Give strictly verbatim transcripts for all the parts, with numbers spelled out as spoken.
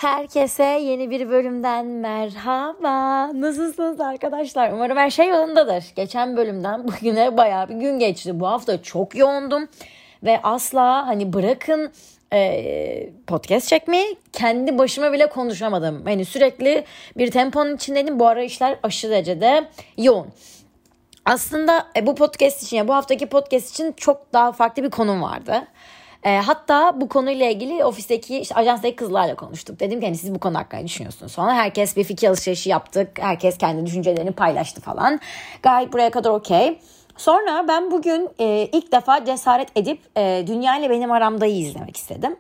Herkese yeni bir bölümden merhaba. Nasılsınız arkadaşlar? Umarım her şey yolundadır. Geçen bölümden bugüne bayağı bir gün geçti. Bu hafta çok yoğundum. Ve asla hani bırakın e, podcast çekmeyi, kendi başıma bile konuşamadım. Hani sürekli bir temponun içindeydim. Bu ara işler aşırı derecede yoğun. Aslında e, bu podcast için ya bu haftaki podcast için çok daha farklı bir konum vardı. E, hatta bu konuyla ilgili ofisteki işte ajanstaki kızlarla konuştuk. Dedim ki hani siz bu konu hakkında düşünüyorsunuz. Sonra herkes bir fikir alışverişi yaptık. Herkes kendi düşüncelerini paylaştı falan. Gayet buraya kadar okey. Sonra ben bugün e, ilk defa cesaret edip e, Dünya ile Benim Aramda'yı izlemek istedim.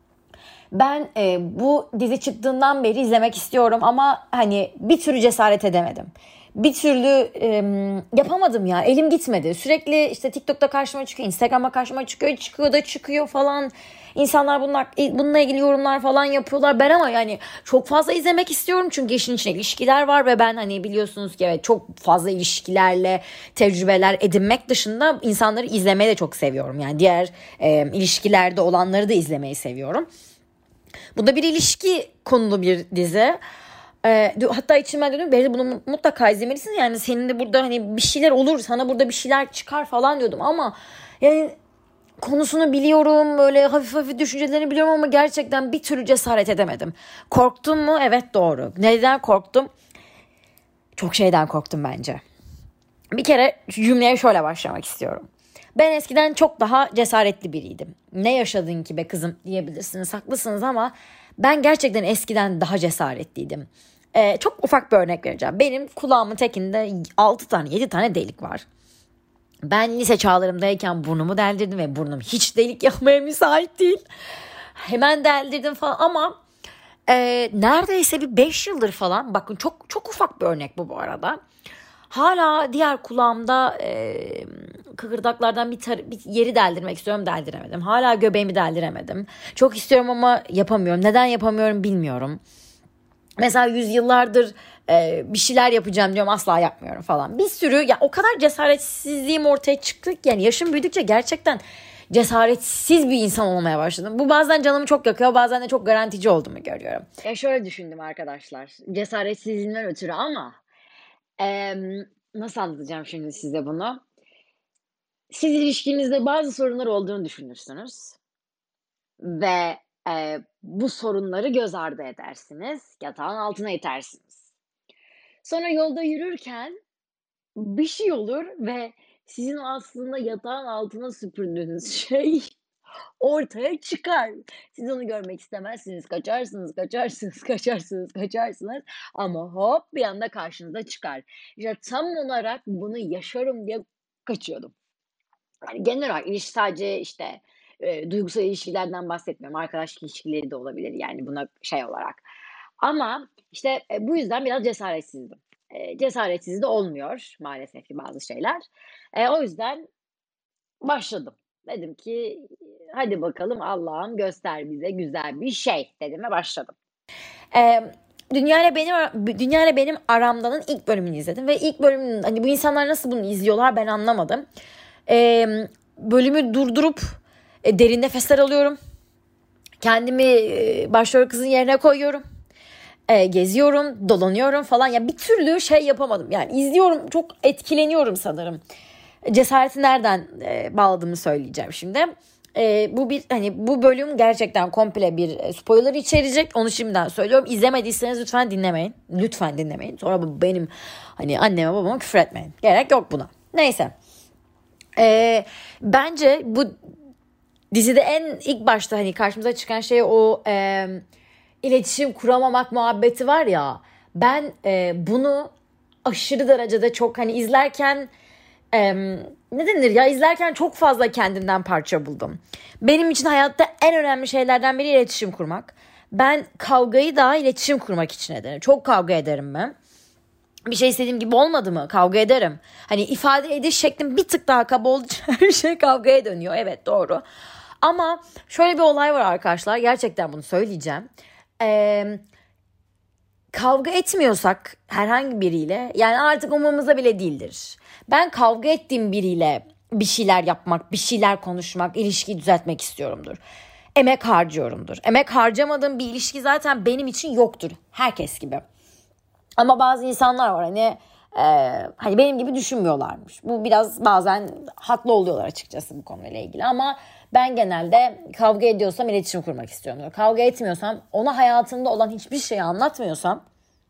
Ben e, bu dizi çıktığından beri izlemek istiyorum ama hani bir türlü cesaret edemedim. Bir türlü e, yapamadım ya. Elim gitmedi. Sürekli işte TikTok'ta karşıma çıkıyor, Instagram'a karşıma çıkıyor, çıkıyor da çıkıyor falan. İnsanlar bunlar, bununla ilgili yorumlar falan yapıyorlar. Ben ama yani çok fazla izlemek istiyorum çünkü işin içinde ilişkiler var ve ben hani biliyorsunuz ki evet çok fazla ilişkilerle tecrübeler edinmek dışında insanları izlemeyi de çok seviyorum. Yani diğer e, ilişkilerde olanları da izlemeyi seviyorum. Bu da bir ilişki konulu bir dizi. Ee, hatta içimden dönüyorum. Beri bunu mutlaka izlemelisin. Yani senin de burada hani bir şeyler olur. Sana burada bir şeyler çıkar falan diyordum. Ama yani konusunu biliyorum. Böyle hafif hafif düşüncelerini biliyorum ama gerçekten bir türlü cesaret edemedim. Korktum mu? Evet doğru. Neden korktum? Çok şeyden korktum bence. Bir kere cümleye şöyle başlamak istiyorum. Ben eskiden çok daha cesaretli biriydim. Ne yaşadın ki be kızım diyebilirsiniz, haklısınız ama ben gerçekten eskiden daha cesaretliydim. Ee, çok ufak bir örnek vereceğim. Benim kulağımın tekinde altı tane yedi tane delik var. Ben lise çağlarımdayken burnumu deldirdim ve burnum hiç delik yapmaya müsait değil. Hemen deldirdim falan ama e, neredeyse bir beş yıldır falan, bakın çok çok ufak bir örnek bu bu arada. Hala diğer kulağımda e, kıkırdaklardan bir, tar- bir yeri deldirmek istiyorum, deldiremedim. Hala göbeğimi deldiremedim. Çok istiyorum ama yapamıyorum. Neden yapamıyorum bilmiyorum. Mesela yüzyıllardır e, bir şeyler yapacağım diyorum, asla yapmıyorum falan. Bir sürü ya o kadar cesaretsizliğim ortaya çıktı ki yani yaşım büyüdükçe gerçekten cesaretsiz bir insan olmaya başladım. Bu bazen canımı çok yakıyor, bazen de çok garantici olduğumu görüyorum. Ya şöyle düşündüm arkadaşlar. Cesaretsizliğimden ötürü ama Ee, nasıl anlatacağım şimdi size bunu? Siz ilişkinizde bazı sorunlar olduğunu düşünürsünüz ve e, bu sorunları göz ardı edersiniz, yatağın altına itersiniz. Sonra yolda yürürken bir şey olur ve sizin aslında yatağın altına süpürdüğünüz şey ortaya çıkar. Siz onu görmek istemezsiniz. Kaçarsınız, kaçarsınız, kaçarsınız, kaçarsınız. Ama hop bir anda karşınıza çıkar. İşte tam olarak bunu yaşarım diye kaçıyordum. Yani genel olarak ilişki sadece işte e, duygusal ilişkilerden bahsetmiyorum. Arkadaşlık ilişkileri de olabilir yani buna şey olarak. Ama işte e, bu yüzden biraz cesaretsizdim. E, cesaretsiz de olmuyor maalesef ki bazı şeyler. E, o yüzden başladım. Dedim ki hadi bakalım Allah'ım göster bize güzel bir şey dedim ve başladım. Ee, Dünya ile benim Dünya ile benim aramdanın ilk bölümünü izledim ve ilk bölümün hani bu insanlar nasıl bunu izliyorlar ben anlamadım. Ee, bölümü durdurup e, derin nefesler alıyorum. Kendimi e, başrol kızın yerine koyuyorum. E, geziyorum, dolanıyorum falan. Ya bir türlü şey yapamadım. Yani izliyorum, çok etkileniyorum sanırım. Cesareti nereden e, bağladığımı söyleyeceğim şimdi. E, bu bir hani bu bölüm gerçekten komple bir e, spoiler içerecek. Onu şimdiden söylüyorum. İzlemediyseniz lütfen dinlemeyin. Lütfen dinlemeyin. Sonra benim hani anneme babama küfür etmeyin. Gerek yok buna. Neyse. E, bence bu dizide en ilk başta hani karşımıza çıkan şey o e, iletişim kuramamak muhabbeti var ya. Ben e, bunu aşırı derecede çok hani izlerken Ee, ne denir ya izlerken çok fazla kendimden parça buldum. Benim için hayatta en önemli şeylerden biri iletişim kurmak. Ben kavgayı daha iletişim kurmak için ederim. Çok kavga ederim ben. Bir şey istediğim gibi olmadı mı kavga ederim. Hani ifade ediş şeklim bir tık daha kaba olduğu için her şey kavgaya dönüyor. Evet doğru. Ama şöyle bir olay var arkadaşlar. Gerçekten bunu söyleyeceğim. Eee Kavga etmiyorsak herhangi biriyle yani artık umurumuzda bile değildir. Ben kavga ettiğim biriyle bir şeyler yapmak, bir şeyler konuşmak, ilişkiyi düzeltmek istiyorumdur. emek harcıyorumdur. Emek harcamadığım bir ilişki zaten benim için yoktur. Herkes gibi. Ama bazı insanlar var hani e, hani benim gibi düşünmüyorlarmış. Bu biraz bazen haklı oluyorlar açıkçası bu konuyla ilgili. Ama ben genelde kavga ediyorsam iletişim kurmak istiyorum. Kavga etmiyorsam, ona hayatımda olan hiçbir şeyi anlatmıyorsam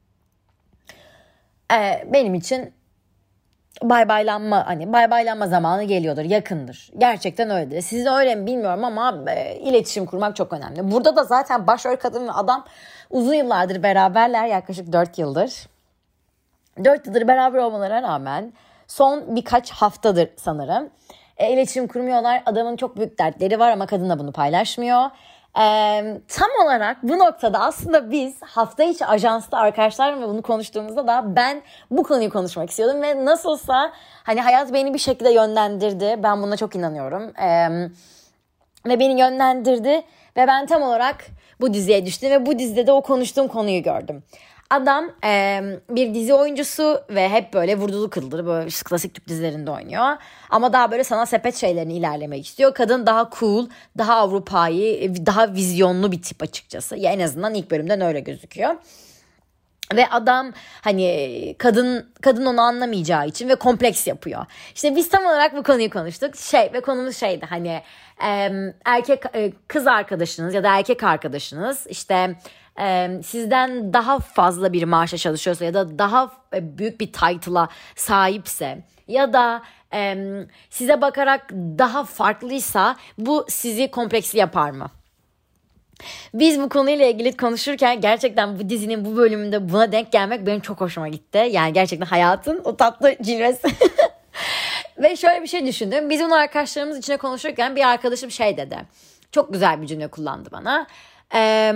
e, benim için bay baylanma hani bay baylanma zamanı geliyordur, yakındır. Gerçekten öyledir. Sizin öyle mi bilmiyorum ama e, iletişim kurmak çok önemli. Burada da zaten başrol kadın ve adam uzun yıllardır beraberler, yaklaşık dört yıldır. dört yıldır beraber olmalarına rağmen son birkaç haftadır sanırım e, iletişim kurmuyorlar. Adamın çok büyük dertleri var ama kadın da bunu paylaşmıyor. Ee, tam olarak bu noktada aslında biz hafta içi ajansta arkadaşlarımla bunu konuştuğumuzda da ben bu konuyu konuşmak istiyordum ve nasılsa hani hayat beni bir şekilde yönlendirdi. Ben buna çok inanıyorum. Ee, ve beni yönlendirdi ve ben tam olarak bu diziye düştüm ve bu dizide de o konuştuğum konuyu gördüm. Adam e, bir dizi oyuncusu ve hep böyle vurdulu kırılır, böyle klasik Türk dizilerinde oynuyor. Ama daha böyle sanat sepet şeylerini ilerlemek istiyor. Kadın daha cool, daha Avrupa'yı, daha vizyonlu bir tip açıkçası. Ya en azından ilk bölümden öyle gözüküyor. Ve adam hani kadın kadın onu anlamayacağı için ve kompleks yapıyor. İşte biz tam olarak bu konuyu konuştuk. Şey ve konumuz şeydi hani e, erkek e, kız arkadaşınız ya da erkek arkadaşınız işte e, sizden daha fazla bir maaşa çalışıyorsa ya da daha büyük bir title'a sahipse ya da e, size bakarak daha farklıysa bu sizi kompleksli yapar mı? Biz bu konuyla ilgili konuşurken gerçekten bu dizinin bu bölümünde buna denk gelmek benim çok hoşuma gitti. Yani gerçekten hayatın o tatlı cilvesi. Ve şöyle bir şey düşündüm. Biz bunu arkadaşlarımız içine konuşurken bir arkadaşım şey dedi. Çok güzel bir cümle kullandı bana. Ee,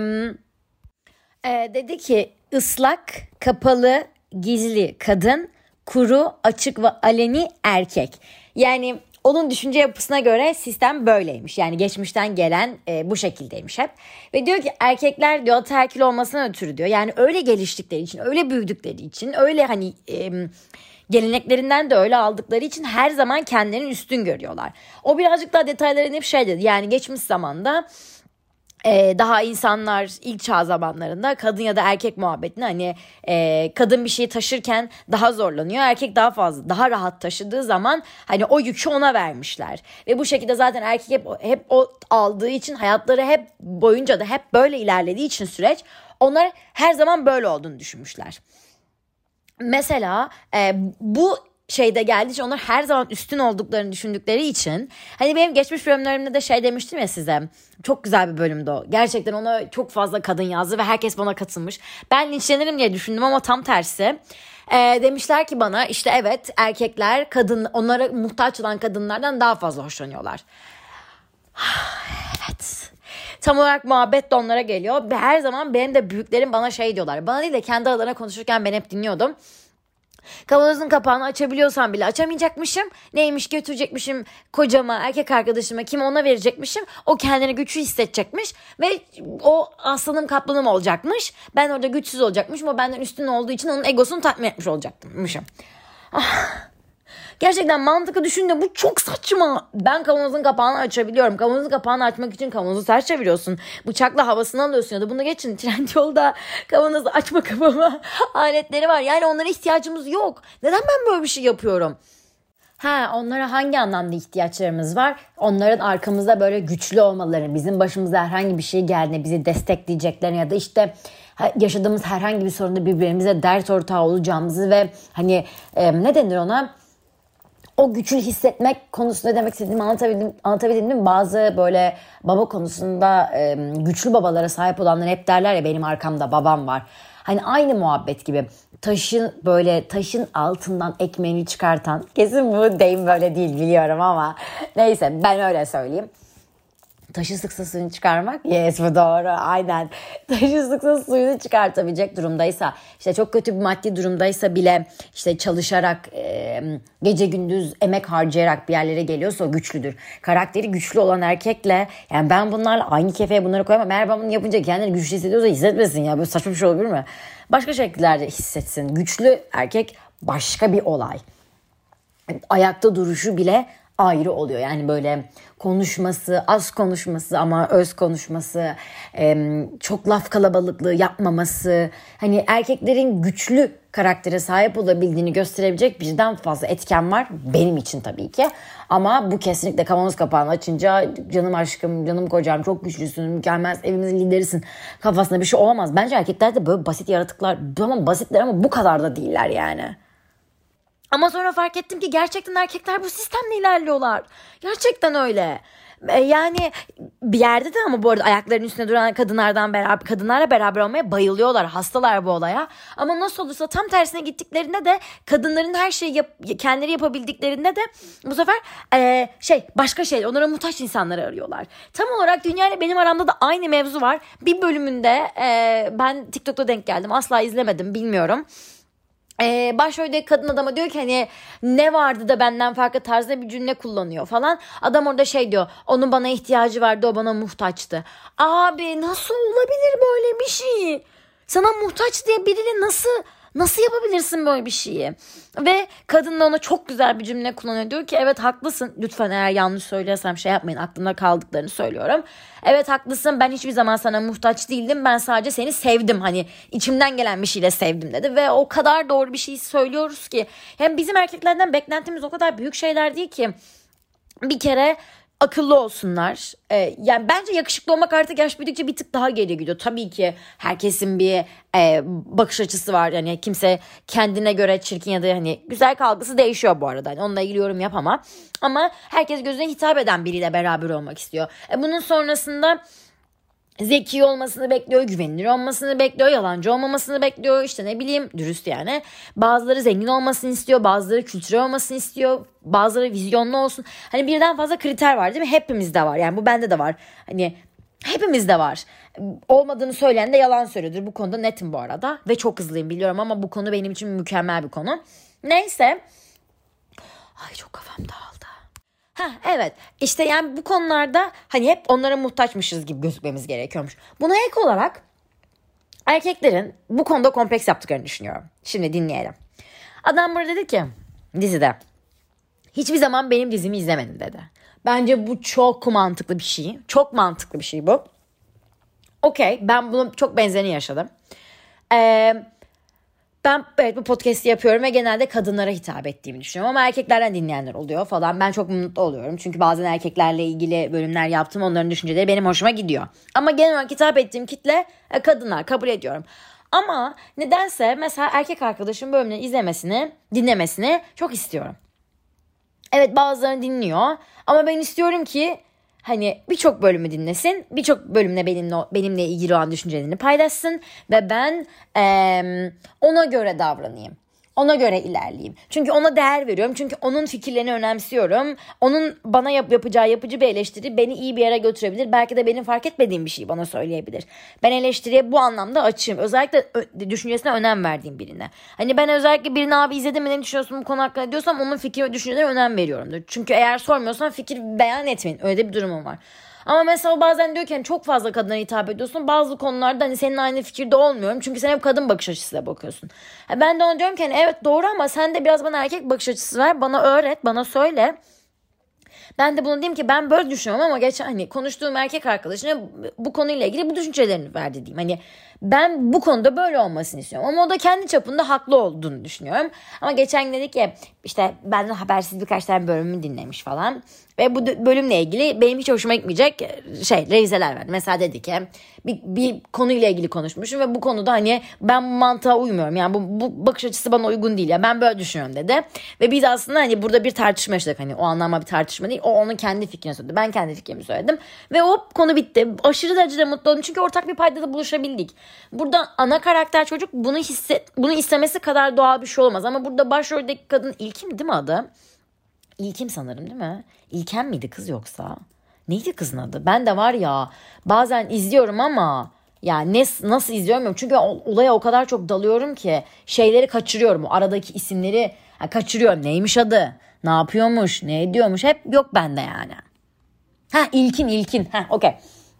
e, dedi ki ıslak, kapalı, gizli kadın, kuru, açık ve aleni erkek. Yani onun düşünce yapısına göre sistem böyleymiş. Yani geçmişten gelen e, bu şekildeymiş hep. Ve diyor ki erkekler diyor ataerkil olmasına ötürü diyor. Yani öyle geliştikleri için, öyle büyüdükleri için, öyle hani e, geleneklerinden de öyle aldıkları için her zaman kendilerini üstün görüyorlar. O birazcık daha detaylara inip şey dedi. Yani geçmiş zamanda Ee, daha insanlar ilk çağ zamanlarında kadın ya da erkek muhabbetini hani e, kadın bir şeyi taşırken daha zorlanıyor. Erkek daha fazla daha rahat taşıdığı zaman hani o yükü ona vermişler. Ve bu şekilde zaten erkek hep, hep o aldığı için hayatları hep boyunca da hep böyle ilerlediği için süreç onlar her zaman böyle olduğunu düşünmüşler. Mesela e, bu şeyde geldiği için onlar her zaman üstün olduklarını düşündükleri için hani benim geçmiş bölümlerimde de şey demiştim ya size, çok güzel bir bölümdü o. Gerçekten ona çok fazla kadın yazdı ve herkes bana katılmış. Ben linçlenirim diye düşündüm ama tam tersi. Ee, demişler ki bana işte evet erkekler kadın onlara muhtaç olan kadınlardan daha fazla hoşlanıyorlar. Evet. Tam olarak muhabbet de onlara geliyor. Her zaman benim de büyüklerim bana şey diyorlar. Bana değil de kendi aralarına konuşurken ben hep dinliyordum. Kavanozun kapağını açabiliyorsam bile açamayacakmışım. Neymiş götürecekmişim kocama, erkek arkadaşıma, kim ona verecekmişim. O kendini güçlü hissedecekmiş ve o aslanım kaplanım olacakmış. Ben orada güçsüz olacakmışım. O benden üstün olduğu için onun egosunu tatmin etmiş olacaktımmışım. Ah. Gerçekten mantıklı düşündüm. Bu çok saçma. Ben kavanozun kapağını açabiliyorum. Kavanozun kapağını açmak için kavanozu ters çeviriyorsun. Bıçakla havasını alıyorsun ya da bunu geçin. Trendyol'da kavanozu açma kapama aletleri var. Yani onlara ihtiyacımız yok. Neden ben böyle bir şey yapıyorum? Ha, onlara hangi anlamda ihtiyaçlarımız var? Onların arkamızda böyle güçlü olmaları, bizim başımıza herhangi bir şey geldiğinde bizi destekleyeceklerini ya da işte yaşadığımız herhangi bir sorunda birbirimize dert ortağı olacağımızı ve hani e, ne denir ona? O güçlü hissetmek konusunda demek istediğimi anlatabildim, anlatabildim mi? Bazı böyle baba konusunda e, güçlü babalara sahip olanlar hep derler ya benim arkamda babam var. Hani aynı muhabbet gibi taşın böyle taşın altından ekmeğini çıkartan, kesin bu deyim böyle değil biliyorum ama neyse ben öyle söyleyeyim. Taşı sıksa suyunu çıkarmak. Yes, bu doğru. Aynen. Taşı sıksa suyunu çıkartabilecek durumdaysa, işte çok kötü bir maddi durumdaysa bile işte çalışarak, e, gece gündüz emek harcayarak bir yerlere geliyorsa o güçlüdür. Karakteri güçlü olan erkekle, yani ben bunlarla aynı kefeye bunları koyamam. Eğer ben bunu yapınca kendini güçlü hissediyorsa hissetmesin ya. Böyle saçma bir şey olabilir mi? Başka şekillerde hissetsin. Güçlü erkek başka bir olay. Ayakta duruşu bile ayrı oluyor. Yani böyle konuşması, az konuşması ama öz konuşması, çok laf kalabalıklığı yapmaması, hani erkeklerin güçlü karaktere sahip olabildiğini gösterebilecek birden fazla etken var benim için tabii ki. Ama bu kesinlikle kavanoz kapağını açınca canım aşkım, canım kocam, çok güçlüsün, mükemmel, evimizin liderisin kafasında bir şey olamaz. Bence erkekler de böyle basit yaratıklar. Tamam basitler ama bu kadar da değiller yani. Ama sonra fark ettim ki gerçekten erkekler bu sistemle ilerliyorlar. Gerçekten öyle. Yani bir yerde de ama bu arada ayaklarının üstüne duran kadınlardan beraber, kadınlarla beraber olmaya bayılıyorlar. Hastalar bu olaya. Ama nasıl olursa tam tersine gittiklerinde de kadınların her şeyi yap, kendileri yapabildiklerinde de bu sefer e, şey başka şey onlara muhtaç insanları arıyorlar. Tam olarak dünya ile benim aramda da aynı mevzu var. Bir bölümünde e, ben TikTok'ta denk geldim. Asla izlemedim, bilmiyorum. Ee, başroldeki kadın adama diyor ki hani ne vardı da benden farklı tarzda bir cümle kullanıyor falan. Adam orada şey diyor, onun bana ihtiyacı vardı, o bana muhtaçtı. Abi nasıl olabilir böyle bir şey? Sana muhtaç diye biriyle nasıl nasıl yapabilirsin böyle bir şeyi? Ve kadın da ona çok güzel bir cümle kullanıyor. Diyor ki evet haklısın. Lütfen eğer yanlış söylüyorsam şey yapmayın, aklımda kaldıklarını söylüyorum. Evet haklısın, ben hiçbir zaman sana muhtaç değildim. Ben sadece seni sevdim. Hani içimden gelen bir şeyle sevdim dedi. Ve o kadar doğru bir şey söylüyoruz ki. Hem bizim erkeklerden beklentimiz o kadar büyük şeyler değil ki. Bir kere akıllı olsunlar. Ee, yani bence yakışıklı olmak artık yaş büyüdükçe bir tık daha geri gidiyor. Tabii ki herkesin bir e, bakış açısı var. Yani kimse kendine göre çirkin ya da hani güzel algısı değişiyor bu arada. Yani onunla ilgili yorum yapamam. Ama herkes gözüne hitap eden biriyle beraber olmak istiyor. E, bunun sonrasında zeki olmasını bekliyor, güvenilir olmasını bekliyor, yalancı olmamasını bekliyor, işte ne bileyim dürüst yani. Bazıları zengin olmasını istiyor, bazıları kültürel olmasını istiyor, bazıları vizyonlu olsun. Hani birden fazla kriter var değil mi? Hepimizde var, yani bu bende de var. Hani hepimizde var. Olmadığını söyleyen de yalan söylüyordur. Bu konuda netim bu arada ve çok hızlıyım biliyorum ama bu konu benim için mükemmel bir konu. Neyse. Ay çok kafam dağıldı. Ha evet işte yani bu konularda hani hep onlara muhtaçmışız gibi gözükmemiz gerekiyormuş. Buna ek olarak erkeklerin bu konuda kompleks yaptıklarını düşünüyorum. Şimdi dinleyelim. Adam burada dedi ki dizide hiçbir zaman benim dizimi izlemedin dedi. Bence bu çok mantıklı bir şey. Çok mantıklı bir şey bu. Okey, ben bunun çok benzerini yaşadım. Eee Ben evet bu podcast'i yapıyorum ve genelde kadınlara hitap ettiğimi düşünüyorum ama erkeklerden dinleyenler oluyor falan. Ben çok mutlu oluyorum çünkü bazen erkeklerle ilgili bölümler yaptım, onların düşünceleri benim hoşuma gidiyor. Ama genel olarak hitap ettiğim kitle kadınlar, kabul ediyorum. Ama nedense mesela erkek arkadaşım bölümleri izlemesini, dinlemesini çok istiyorum. Evet bazılarını dinliyor ama ben istiyorum ki hani birçok bölümü dinlesin, birçok bölümle benimle benimle ilgili olan düşüncelerini paylaşsın ve ben e, ona göre davranayım. Ona göre ilerleyeyim. Çünkü ona değer veriyorum. Çünkü onun fikirlerini önemsiyorum. Onun bana yap, yapacağı yapıcı bir eleştiri beni iyi bir yere götürebilir. Belki de benim fark etmediğim bir şeyi bana söyleyebilir. Ben eleştiriye bu anlamda açığım. Özellikle ö- düşüncesine önem verdiğim birine. Hani ben özellikle birini abi izledim mi ne düşünüyorsun bu konu hakkında diyorsam onun fikir ve düşüncelerine önem veriyorumdur. Çünkü eğer sormuyorsan fikir beyan etmeyin. Öyle bir durumum var. Ama mesela bazen diyor ki hani çok fazla kadına hitap ediyorsun. Bazı konularda hani senin aynı fikirde olmuyorum. Çünkü sen hep kadın bakış açısıyla bakıyorsun. Ben de ona diyorum ki hani evet doğru ama sen de biraz bana erkek bakış açısı ver. Bana öğret, bana söyle. Ben de bunu diyeyim ki ben böyle düşünüyorum ama geçen hani konuştuğum erkek arkadaşına bu konuyla ilgili bu düşüncelerini verdi diyeyim. Hani ben bu konuda böyle olmasını istiyorum. Ama o da kendi çapında haklı olduğunu düşünüyorum. Ama geçen gün dedi ki işte benden habersiz birkaç tane bölümümü dinlemiş falan. Ve bu bölümle ilgili benim hiç hoşuma gitmeyecek şey revizeler verdi. Mesela dedi ki bir, bir konuyla ilgili konuşmuşum ve bu konuda hani ben bu mantığa uymuyorum. Yani bu, bu bakış açısı bana uygun değil ya ben böyle düşünüyorum dedi. Ve biz aslında hani burada bir tartışma yaşadık. Hani o anlamda bir tartışma değil. O onun kendi fikrini söyledi. Ben kendi fikrimi söyledim. Ve o konu bitti. Aşırı derecede mutlu oldum. Çünkü ortak bir paydada buluşabildik. Burada ana karakter çocuk bunu hisse, bunu istemesi kadar doğal bir şey olmaz. Ama burada başroldeki kadın İlkim değil mi adı? İlkim sanırım değil mi? İlkem miydi kız yoksa? Neydi kızın adı? Ben de var ya bazen izliyorum ama ya ne, nasıl izliyorum? Çünkü olaya o kadar çok dalıyorum ki şeyleri kaçırıyorum. O aradaki isimleri ha, kaçırıyorum. Neymiş adı? Ne yapıyormuş? Ne ediyormuş? Hep yok bende yani. Ha İlkin İlkin. Ha okey.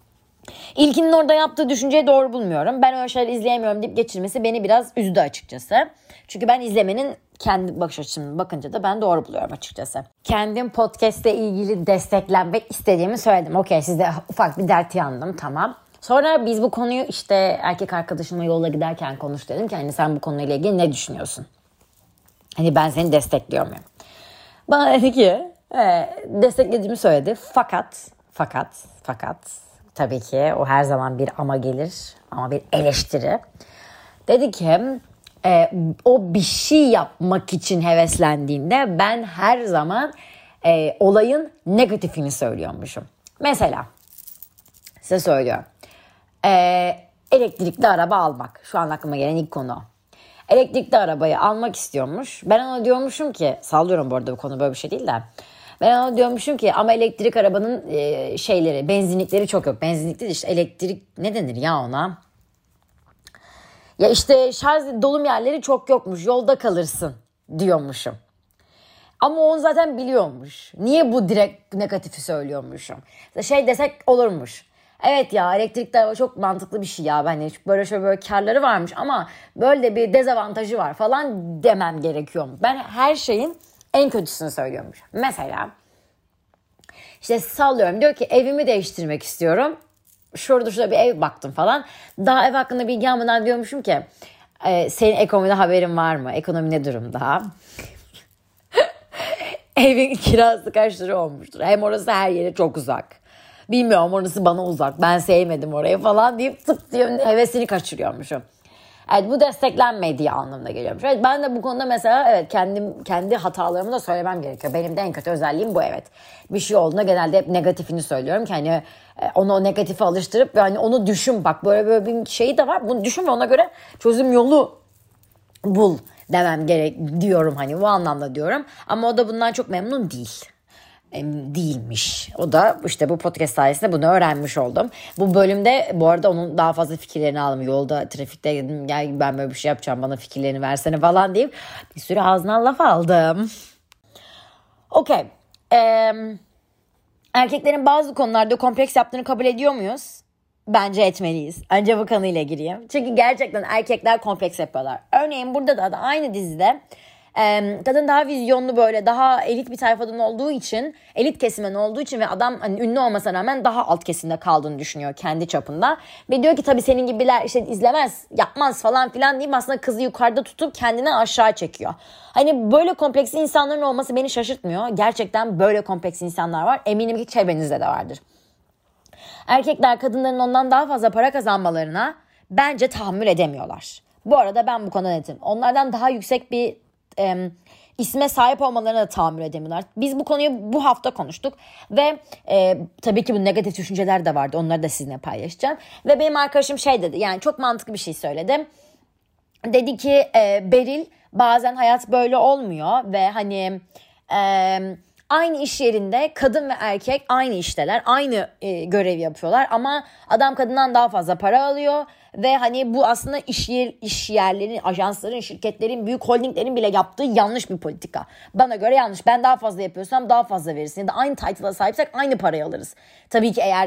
İlkinin orada yaptığı düşünceyi doğru bulmuyorum. Ben öyle şeyler izleyemiyorum deyip geçirmesi beni biraz üzdü açıkçası. Çünkü ben izlemenin kendi bakış açımdan bakınca da ben doğru buluyorum açıkçası. Kendim podcast'le ilgili desteklenmek istediğimi söyledim. Okey, size ufak bir dert yandım, tamam. Sonra biz bu konuyu işte erkek arkadaşımla yola giderken konuştuk, dedim ki hani sen bu konuyla ilgili ne düşünüyorsun? Hani ben seni destekliyor muyum? Bana dedi ki e, desteklediğimi söyledi. Fakat, fakat, fakat tabii ki o her zaman bir ama gelir. Ama bir eleştiri. Dedi ki e, o bir şey yapmak için heveslendiğinde ben her zaman e, olayın negatifini söylüyormuşum. Mesela size söylüyorum. E, elektrikli araba almak. Şu an aklıma gelen ilk konu o. Elektrikli arabayı almak istiyormuş. Ben ona diyormuşum ki, sallıyorum bu arada, bu konu böyle bir şey değil de. Ben ona diyormuşum ki ama elektrik arabanın e, şeyleri, benzinlikleri çok yok. Benzinlik değil işte, elektrik ne denir ya ona? Ya işte şarj dolum yerleri çok yokmuş. Yolda kalırsın diyormuşum. Ama onu zaten biliyormuş. Niye bu direkt negatifi söylüyormuşum? Şey desek olurmuş. Evet ya, elektrikli araba çok mantıklı bir şey ya. Hani böyle şöyle böyle karları varmış ama böyle bir dezavantajı var falan demem gerekiyor mu? Ben her şeyin en kötüsünü söylüyormuş. Mesela işte sallıyorum, diyor ki evimi değiştirmek istiyorum. Şurada şurada bir ev baktım falan. Daha ev hakkında bilgi almadan diyormuşum ki e, senin ekonomide haberin var mı? Ekonomi ne durumda? Evin kirası kaç lira olmuştur? Hem orası her yere çok uzak. Bilmiyorum, orası bana uzak. Ben sevmedim orayı falan deyip tık diye hevesini kaçırıyormuşum. Evet, bu desteklenmediği anlamına geliyormuş. Evet, ben de bu konuda mesela evet kendim kendi hatalarımı da söylemem gerekiyor. Benim de en kötü özelliğim bu, evet. Bir şey olduğunda genelde hep negatifini söylüyorum ki hani onu o negatife alıştırıp ve hani onu düşün, bak böyle böyle bir şey de var. Bunu düşün ve ona göre çözüm yolu bul demem gerek diyorum, hani bu anlamda diyorum. Ama o da bundan çok memnun değil. Değilmiş. O da işte bu podcast sayesinde bunu öğrenmiş oldum. Bu bölümde bu arada onun daha fazla fikirlerini aldım. Yolda, trafikte dedim gel ben böyle bir şey yapacağım, bana fikirlerini versene falan deyip bir sürü ağzından laf aldım. Okey. Ee, erkeklerin bazı konularda kompleks yaptığını kabul ediyor muyuz? Bence etmeliyiz. Önce bu konuyla gireyim. Çünkü gerçekten erkekler kompleks yapıyorlar. Örneğin burada da, da aynı dizide Ee, kadın daha vizyonlu, böyle daha elit bir tayfadan olduğu için, elit kesimden olduğu için ve adam hani ünlü olmasına rağmen daha alt kesimde kaldığını düşünüyor kendi çapında. Ve diyor ki tabii senin gibiler işte izlemez, yapmaz falan filan deyip aslında kızı yukarıda tutup kendine aşağı çekiyor. Hani böyle kompleksli insanların olması beni şaşırtmıyor. Gerçekten böyle kompleksli insanlar var. Eminim ki çevrenizde de vardır. Erkekler kadınların ondan daha fazla para kazanmalarına bence tahammül edemiyorlar. Bu arada ben bu konuda netim. Onlardan daha yüksek bir E, isme sahip olmalarına da tahammül edemiyorlar. Biz bu konuyu bu hafta konuştuk ve e, tabii ki bu negatif düşünceler de vardı. Onları da sizinle paylaşacağım. Ve benim arkadaşım şey dedi, yani çok mantıklı bir şey söyledi. Dedi ki e, Beril, bazen hayat böyle olmuyor ve hani e, aynı iş yerinde kadın ve erkek aynı işteler, aynı e, görev yapıyorlar ama adam kadından daha fazla para alıyor. Ve hani bu aslında iş, yer, iş yerlerin, ajansların, şirketlerin, büyük holdinglerin bile yaptığı yanlış bir politika. Bana göre yanlış. Ben daha fazla yapıyorsam daha fazla verirsin. Ya da aynı title'a sahipsek aynı parayı alırız. Tabii ki eğer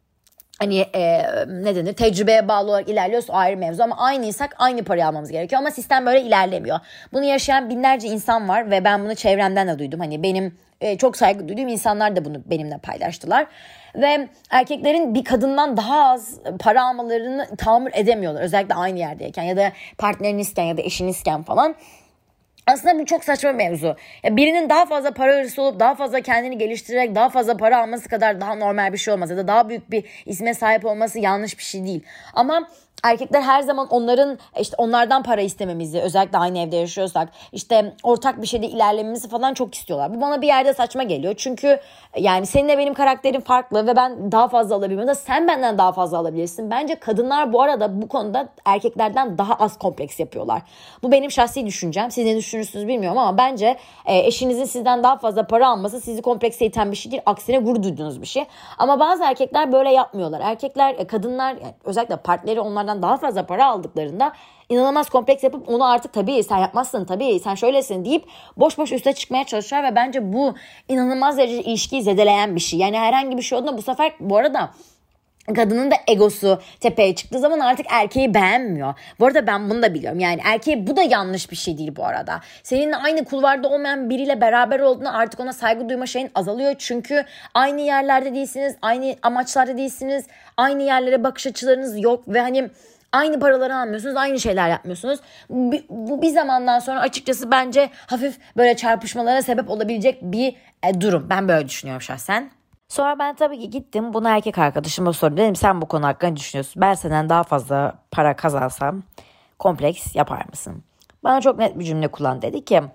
hani e, ne denir, tecrübeye bağlı olarak ilerliyorsa ayrı mevzu ama aynıysak aynı parayı almamız gerekiyor. Ama sistem böyle ilerlemiyor. Bunu yaşayan binlerce insan var ve ben bunu çevremden de duydum. Hani benim e, çok saygı duyduğum insanlar da bunu benimle paylaştılar. Ve erkeklerin bir kadından daha az para almalarını tahammül edemiyorlar. Özellikle aynı yerdeyken ya da partnerinizken ya da eşinizken falan. Aslında bu çok saçma bir mevzu. Ya birinin daha fazla para hırsı olup daha fazla kendini geliştirerek daha fazla para alması kadar daha normal bir şey olmaz. Ya da daha büyük bir isme sahip olması yanlış bir şey değil. Ama erkekler her zaman onların işte onlardan para istememizi, özellikle aynı evde yaşıyorsak, işte ortak bir şeyde ilerlememizi falan çok istiyorlar. Bu bana bir yerde saçma geliyor. Çünkü yani seninle benim karakterim farklı ve ben daha fazla alabiliyorum da sen benden daha fazla alabilirsin. Bence kadınlar bu arada bu konuda erkeklerden daha az kompleks yapıyorlar. Bu benim şahsi düşüncem. Siz ne düşünürsünüz bilmiyorum ama bence eşinizin sizden daha fazla para alması sizi komplekse iten bir şey değil. Aksine gurur duyduğunuz bir şey. Ama bazı erkekler böyle yapmıyorlar. Erkekler, kadınlar, yani özellikle partneri onlardan daha fazla para aldıklarında inanılmaz kompleks yapıp onu artık tabii sen yapmazsın, tabii sen şöylesin deyip boş boş üste çıkmaya çalışıyorlar ve bence bu inanılmaz derecede ilişkiyi zedeleyen bir şey. Yani herhangi bir şey olduğunda bu sefer bu arada Kadının da egosu tepeye çıktığı zaman artık erkeği beğenmiyor. Bu arada ben bunu da biliyorum. Yani erkeğe bu da yanlış bir şey değil bu arada. Seninle aynı kulvarda olmayan biriyle beraber olduğunda artık ona saygı duyma şeyin azalıyor. Çünkü aynı yerlerde değilsiniz, aynı amaçlarda değilsiniz, aynı yerlere bakış açılarınız yok ve hani aynı paraları almıyorsunuz, aynı şeyler yapmıyorsunuz. Bu, bu bir zamandan sonra açıkçası bence hafif böyle çarpışmalara sebep olabilecek bir e, durum. Ben böyle düşünüyorum şahsen. Sonra ben tabii ki gittim bunu erkek arkadaşıma sordum. Dedim sen bu konu hakkında ne düşünüyorsun? Ben senden daha fazla para kazansam kompleks yapar mısın? Bana çok net bir cümle kullandı. Dedi ki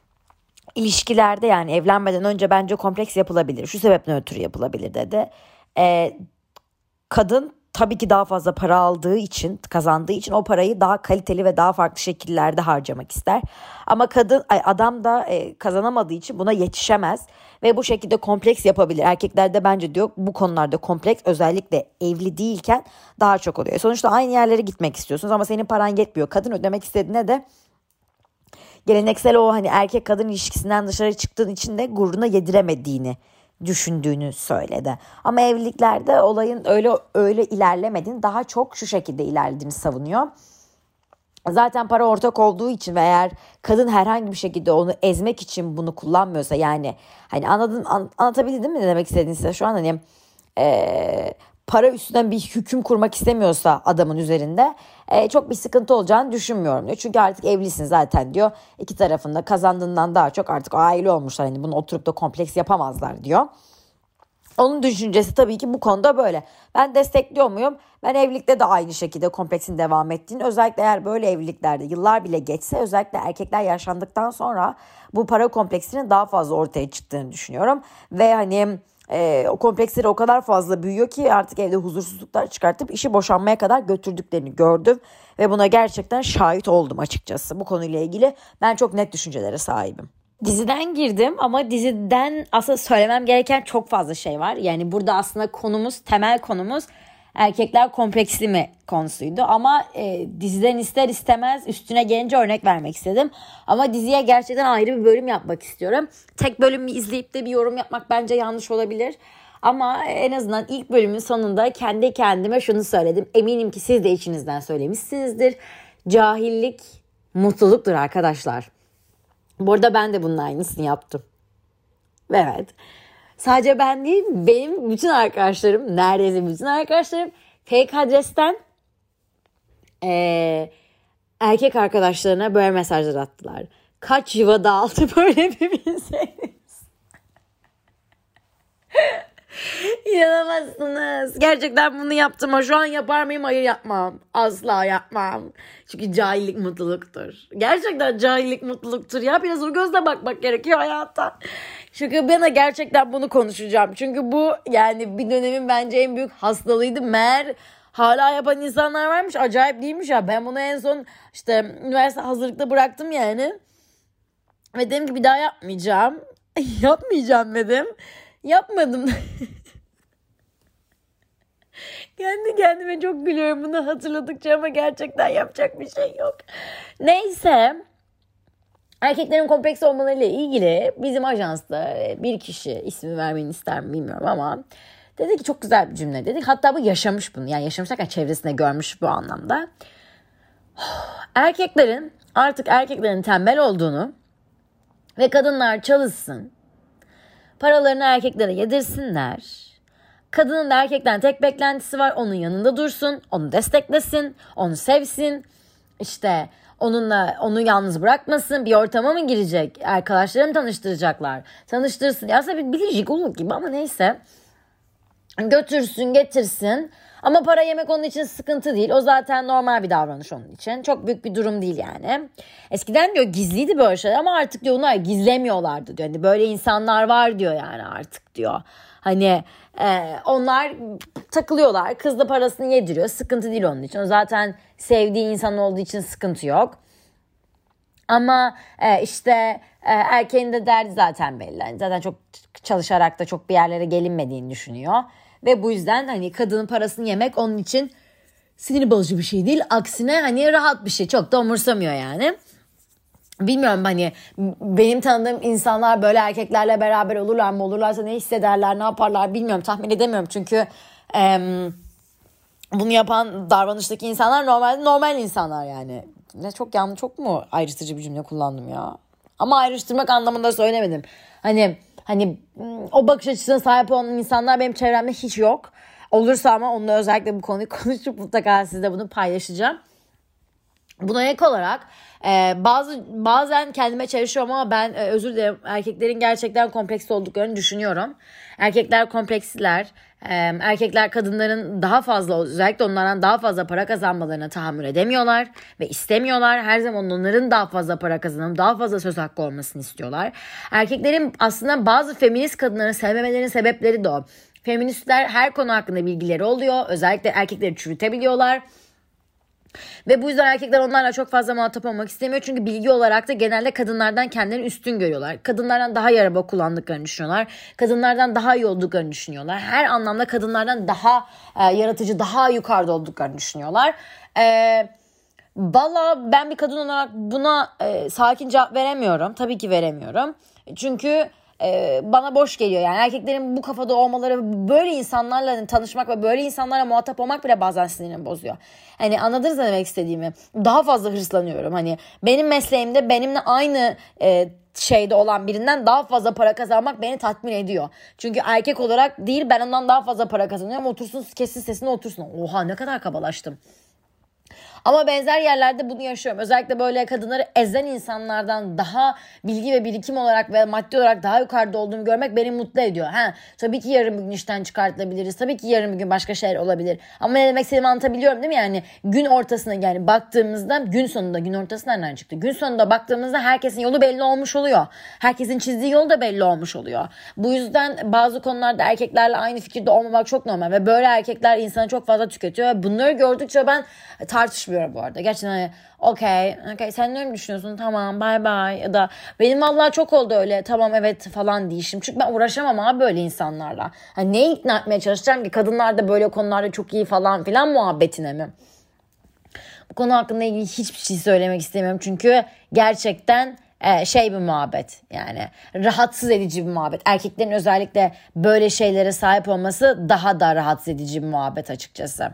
ilişkilerde yani evlenmeden önce bence kompleks yapılabilir. Şu sebepten ötürü yapılabilir dedi. Ee, kadın tabii ki daha fazla para aldığı için, kazandığı için o parayı daha kaliteli ve daha farklı şekillerde harcamak ister. Ama kadın, adam da e, kazanamadığı için buna yetişemez ve bu şekilde kompleks yapabilir. Erkeklerde bence diyor bu konularda kompleks özellikle evli değilken daha çok oluyor. Sonuçta aynı yerlere gitmek istiyorsunuz ama senin paran yetmiyor. Kadın ödemek istediğine de geleneksel o hani erkek kadın ilişkisinden dışarı çıktığın için de gururuna yediremediğini düşündüğünü söyledi. Ama evliliklerde olayın öyle öyle ilerlemediğini, daha çok şu şekilde ilerlediğini savunuyor. Zaten para ortak olduğu için ve eğer kadın herhangi bir şekilde onu ezmek için bunu kullanmıyorsa, yani hani anladın an, anlatabildim mi ne demek istediğini size şu an, hani ee, para üstünden bir hüküm kurmak istemiyorsa adamın üzerinde e, çok bir sıkıntı olacağını düşünmüyorum diyor. Çünkü artık evlisin zaten diyor. İki tarafında kazandığından daha çok artık aile olmuşlar. Hani bunu oturup da kompleks yapamazlar diyor. Onun düşüncesi tabii ki bu konuda böyle. Ben destekliyor muyum? Ben evlilikte de aynı şekilde kompleksin devam ettiğini, özellikle eğer böyle evliliklerde yıllar bile geçse, özellikle erkekler yaşlandıktan sonra bu para kompleksinin daha fazla ortaya çıktığını düşünüyorum. Ve hani e, o kompleksleri o kadar fazla büyüyor ki artık evde huzursuzluklar çıkartıp işi boşanmaya kadar götürdüklerini gördüm. Ve buna gerçekten şahit oldum açıkçası. Bu konuyla ilgili ben çok net düşüncelere sahibim. Diziden girdim ama diziden aslında söylemem gereken çok fazla şey var. Yani burada aslında konumuz, temel konumuz erkekler kompleksli mi konusuydu. Ama e, diziden ister istemez üstüne gelince örnek vermek istedim. Ama diziye gerçekten ayrı bir bölüm yapmak istiyorum. Tek bölümü izleyip de bir yorum yapmak bence yanlış olabilir. Ama en azından ilk bölümün sonunda kendi kendime şunu söyledim. Eminim ki siz de içinizden söylemişsinizdir. Cahillik mutluluktur arkadaşlar. Bu arada ben de bunun aynısını yaptım. Evet. Sadece ben değil, benim bütün arkadaşlarım, neredeyse bütün arkadaşlarım fake adresten ee, erkek arkadaşlarına böyle mesajlar attılar. Kaç yuva dağıldı böyle bir bilseniz. İnanamazsınız. Gerçekten bunu yaptım ama şu an yapar mıyım? Hayır, yapmam. Asla yapmam. Çünkü cahillik mutluluktur. Gerçekten cahillik mutluluktur ya. Biraz o gözle bakmak gerekiyor hayata. Çünkü ben de gerçekten bunu konuşacağım. Çünkü bu yani bir dönemin bence en büyük hastalığıydı. Meğer hala yapan insanlar varmış. Acayip değilmiş ya. Ben bunu en son işte üniversite hazırlıkta bıraktım yani. Ve dedim ki bir daha yapmayacağım. Yapmayacağım dedim. Yapmadım. Kendi kendime çok gülüyorum bunu hatırladıkça ama gerçekten yapacak bir şey yok. Neyse. Erkeklerin kompleks olmalarıyla ilgili bizim ajansta bir kişi, ismi vermeni ister mi bilmiyorum ama dedi ki çok güzel bir cümle dedik. Hatta bu yaşamış bunu. Yani yaşamış derken çevresinde görmüş bu anlamda. Erkeklerin artık erkeklerin tembel olduğunu ve kadınlar çalışsın, paralarını erkeklere yedirsinler. Kadının da erkekten tek beklentisi var. Onun yanında dursun, onu desteklesin, onu sevsin. İşte onunla onu yalnız bırakmasın. Bir ortama mı girecek? Arkadaşlarını tanıştıracaklar. Tanıştırsın. Aslında bir bilicik gibi ama neyse. Götürsün, getirsin. Ama para yemek onun için sıkıntı değil. O zaten normal bir davranış onun için. Çok büyük bir durum değil yani. Eskiden diyor gizliydi böyle şeyler ama artık diyor onlar gizlemiyorlardı diyor. Yani böyle insanlar var diyor yani artık diyor. Hani e, onlar takılıyorlar. Kız da parasını yediriyor. Sıkıntı değil onun için. O zaten sevdiği insan olduğu için sıkıntı yok. Ama e, işte e, erkeğin de derdi zaten belli. Yani zaten çok çalışarak da çok bir yerlere gelinmediğini düşünüyor. Ve bu yüzden hani kadının parasını yemek onun için sinir bozucu bir şey değil. Aksine hani rahat bir şey. Çok da umursamıyor yani. Bilmiyorum hani benim tanıdığım insanlar böyle erkeklerle beraber olurlar mı? Olurlarsa ne hissederler, ne yaparlar bilmiyorum. Tahmin edemiyorum çünkü... E, bunu yapan davranıştaki insanlar normalde normal insanlar yani. Ne çok yanlış, çok mu ayrıştırıcı bir cümle kullandım ya? Ama ayrıştırmak anlamında söylemedim. Hani hani o bakış açısına sahip olan insanlar benim çevremde hiç yok. Olursa ama onunla özellikle bu konuyu konuşup mutlaka sizle bunu paylaşacağım. Buna ek olarak e, bazı bazen kendime çalışıyorum ama ben e, özür dilerim, erkeklerin gerçekten kompleksli olduklarını düşünüyorum. Erkekler kompleksliler. E, erkekler kadınların daha fazla, özellikle onlardan daha fazla para kazanmalarına tahammül edemiyorlar ve istemiyorlar. Her zaman onların daha fazla para kazanıp daha fazla söz hakkı olmasını istiyorlar. Erkeklerin aslında bazı feminist kadınları sevmemelerinin sebepleri de o. Feministler her konu hakkında bilgileri oluyor. Özellikle erkekleri çürütebiliyorlar. Ve bu yüzden erkekler onlarla çok fazla muhatap olmak istemiyor. Çünkü bilgi olarak da genelde kadınlardan kendilerini üstün görüyorlar. Kadınlardan daha iyi araba kullandıklarını düşünüyorlar. Kadınlardan daha iyi olduklarını düşünüyorlar. Her anlamda kadınlardan daha e, yaratıcı, daha yukarıda olduklarını düşünüyorlar. E, Valla ben bir kadın olarak buna e, sakin cevap veremiyorum. Tabii ki veremiyorum. Çünkü Ee, bana boş geliyor yani erkeklerin bu kafada olmaları, böyle insanlarla tanışmak ve böyle insanlarla muhatap olmak bile bazen sinirimi bozuyor. Hani anladınız ne demek istediğimi? Daha fazla hırslanıyorum. Hani benim mesleğimde benimle aynı e, şeyde olan birinden daha fazla para kazanmak beni tatmin ediyor. Çünkü erkek olarak değil, ben ondan daha fazla para kazanıyorum. Otursun, kesin sesine otursun. Oha, ne kadar kabalaştım. Ama benzer yerlerde bunu yaşıyorum. Özellikle böyle kadınları ezen insanlardan daha bilgi ve birikim olarak ve maddi olarak daha yukarıda olduğumu görmek beni mutlu ediyor. Ha, tabii ki yarın bir gün işten çıkartılabiliriz. Tabii ki yarın bir gün başka şeyler olabilir. Ama ne demek istediğimi anlatabiliyorum değil mi? Yani gün ortasına, yani baktığımızda gün sonunda, gün ortası nereden çıktı? Gün sonunda baktığımızda herkesin yolu belli olmuş oluyor. Herkesin çizdiği yol da belli olmuş oluyor. Bu yüzden bazı konularda erkeklerle aynı fikirde olmamak çok normal. Ve böyle erkekler insanı çok fazla tüketiyor. Ve bunları gördükçe ben tartışmıyorum bu arada. Gerçekten hani okey, okay, sen ne düşünüyorsun? Tamam, bye bye. Ya da benim vallahi çok oldu öyle. Tamam, evet falan diyişim. Çünkü ben uğraşamam abi böyle insanlarla. Hani neyi ikna etmeye çalışacağım ki? Kadınlar da böyle konularda çok iyi falan filan muhabbetine mi? Bu konu hakkında ilgili hiçbir şey söylemek istemiyorum. Çünkü gerçekten e, şey bir muhabbet. Yani rahatsız edici bir muhabbet. Erkeklerin özellikle böyle şeylere sahip olması daha da rahatsız edici bir muhabbet açıkçası.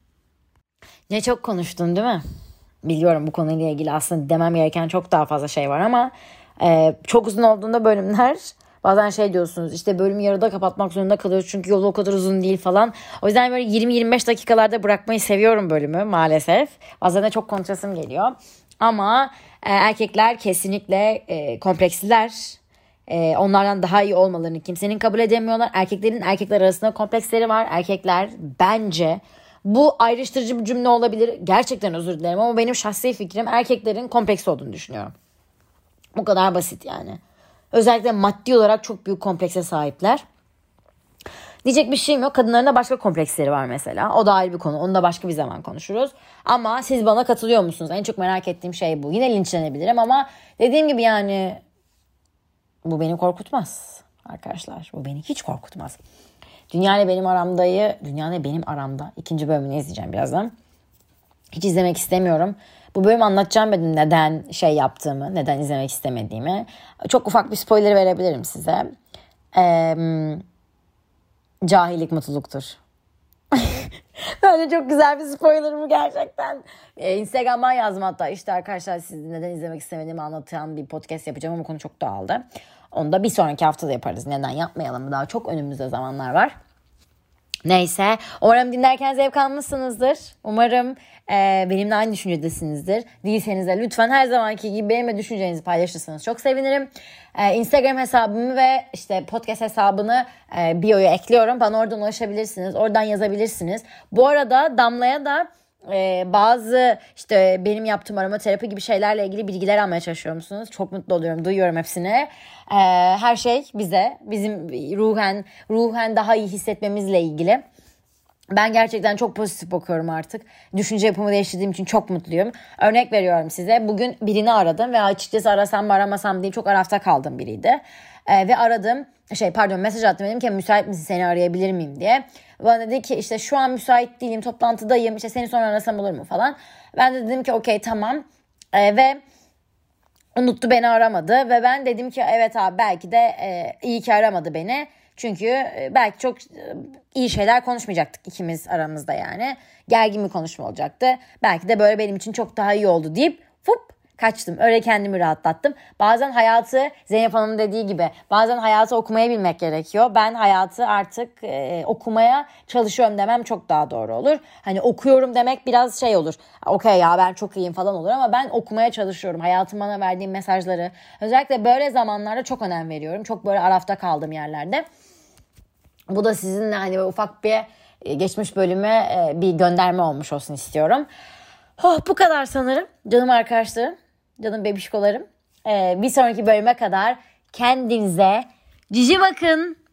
Ne çok konuştun değil mi? Biliyorum, bu konuyla ilgili aslında demem gereken çok daha fazla şey var ama e, çok uzun olduğunda bölümler bazen şey diyorsunuz, işte bölümü yarıda kapatmak zorunda kalıyoruz çünkü yolu o kadar uzun değil falan. O yüzden böyle yirmi yirmi beş dakikalarda bırakmayı seviyorum bölümü maalesef. Bazen de çok konuşasım geliyor. Ama e, erkekler kesinlikle e, kompleksliler. E, onlardan daha iyi olmalarını kimsenin kabul edemiyorlar. Erkeklerin erkekler arasında kompleksleri var. Erkekler bence... Bu ayrıştırıcı bir cümle olabilir. Gerçekten özür dilerim ama benim şahsi fikrim, erkeklerin kompleks olduğunu düşünüyorum. Bu kadar basit yani. Özellikle maddi olarak çok büyük komplekse sahipler. Diyecek bir şeyim yok. Kadınların da başka kompleksleri var mesela. O da ayrı bir konu. Onu da başka bir zaman konuşuruz. Ama siz bana katılıyor musunuz? En çok merak ettiğim şey bu. Yine linçlenebilirim ama dediğim gibi yani bu beni korkutmaz arkadaşlar. Bu beni hiç korkutmaz. Dünya ile benim aramdayı, Dünya ile benim aramda ikinci bölümünü izleyeceğim birazdan. Hiç izlemek istemiyorum. Bu bölüm anlatacağım benim neden şey yaptığımı, neden izlemek istemediğimi. Çok ufak bir spoiler verebilirim size. Ee, cahillik mutluluktur. Bence çok güzel bir spoiler bu gerçekten. Ee, Instagram'dan yazdım hatta, işte arkadaşlar siz neden izlemek istemediğimi anlatan bir podcast yapacağım ama konu çok dağıldı. Onu da bir sonraki hafta da yaparız. Neden yapmayalım mı? Daha çok önümüzde zamanlar var. Neyse, umarım dinlerken zevk almışsınızdır. Umarım e, benimle aynı düşüncedesinizdir. Değilseniz de lütfen her zamanki gibi benimle düşüncenizi paylaşırsanız çok sevinirim. E, Instagram hesabımı ve işte podcast hesabını e, bio'ya ekliyorum. Bana oradan ulaşabilirsiniz. Oradan yazabilirsiniz. Bu arada Damla'ya da Ee, bazı işte benim yaptığım aromaterapi gibi şeylerle ilgili bilgiler almaya çalışıyor musunuz? Çok mutlu oluyorum, duyuyorum hepsini. Ee, her şey bize, bizim ruhen ruhen daha iyi hissetmemizle ilgili. Ben gerçekten çok pozitif bakıyorum artık. Düşünce yapımı değiştirdiğim için çok mutluyum. Örnek veriyorum size. Bugün birini aradım ve açıkçası arasam mı aramasam diye çok arafta kaldığım biriydi. Ee, ve aradım. Şey pardon mesaj attım, dedim ki müsait misin, seni arayabilir miyim diye. Bana dedi ki işte şu an müsait değilim, toplantıdayım, işte seni sonra arasam olur mu falan. Ben de dedim ki okey tamam. Ee, ve unuttu, beni aramadı ve ben dedim ki evet abi belki de e, iyi ki aramadı beni. Çünkü e, belki çok e, iyi şeyler konuşmayacaktık ikimiz aramızda yani. Gergin bir konuşma olacaktı. Belki de böyle benim için çok daha iyi oldu deyip fup kaçtım. Öyle kendimi rahatlattım. Bazen hayatı Zeynep Hanım'ın dediği gibi bazen hayatı okumaya bilmek gerekiyor. Ben hayatı artık e, okumaya çalışıyorum demem çok daha doğru olur. Hani okuyorum demek biraz şey olur. Okey ya ben çok iyiyim falan olur ama ben okumaya çalışıyorum. Hayatım bana verdiği mesajları özellikle böyle zamanlarda çok önem veriyorum. Çok böyle arafta kaldığım yerlerde. Bu da sizinle hani ufak bir geçmiş bölüme bir gönderme olmuş olsun istiyorum. Oh, bu kadar sanırım. Canım arkadaşlarım, canım bebişkolarım. Ee, bir sonraki bölüme kadar kendinize cici bakın.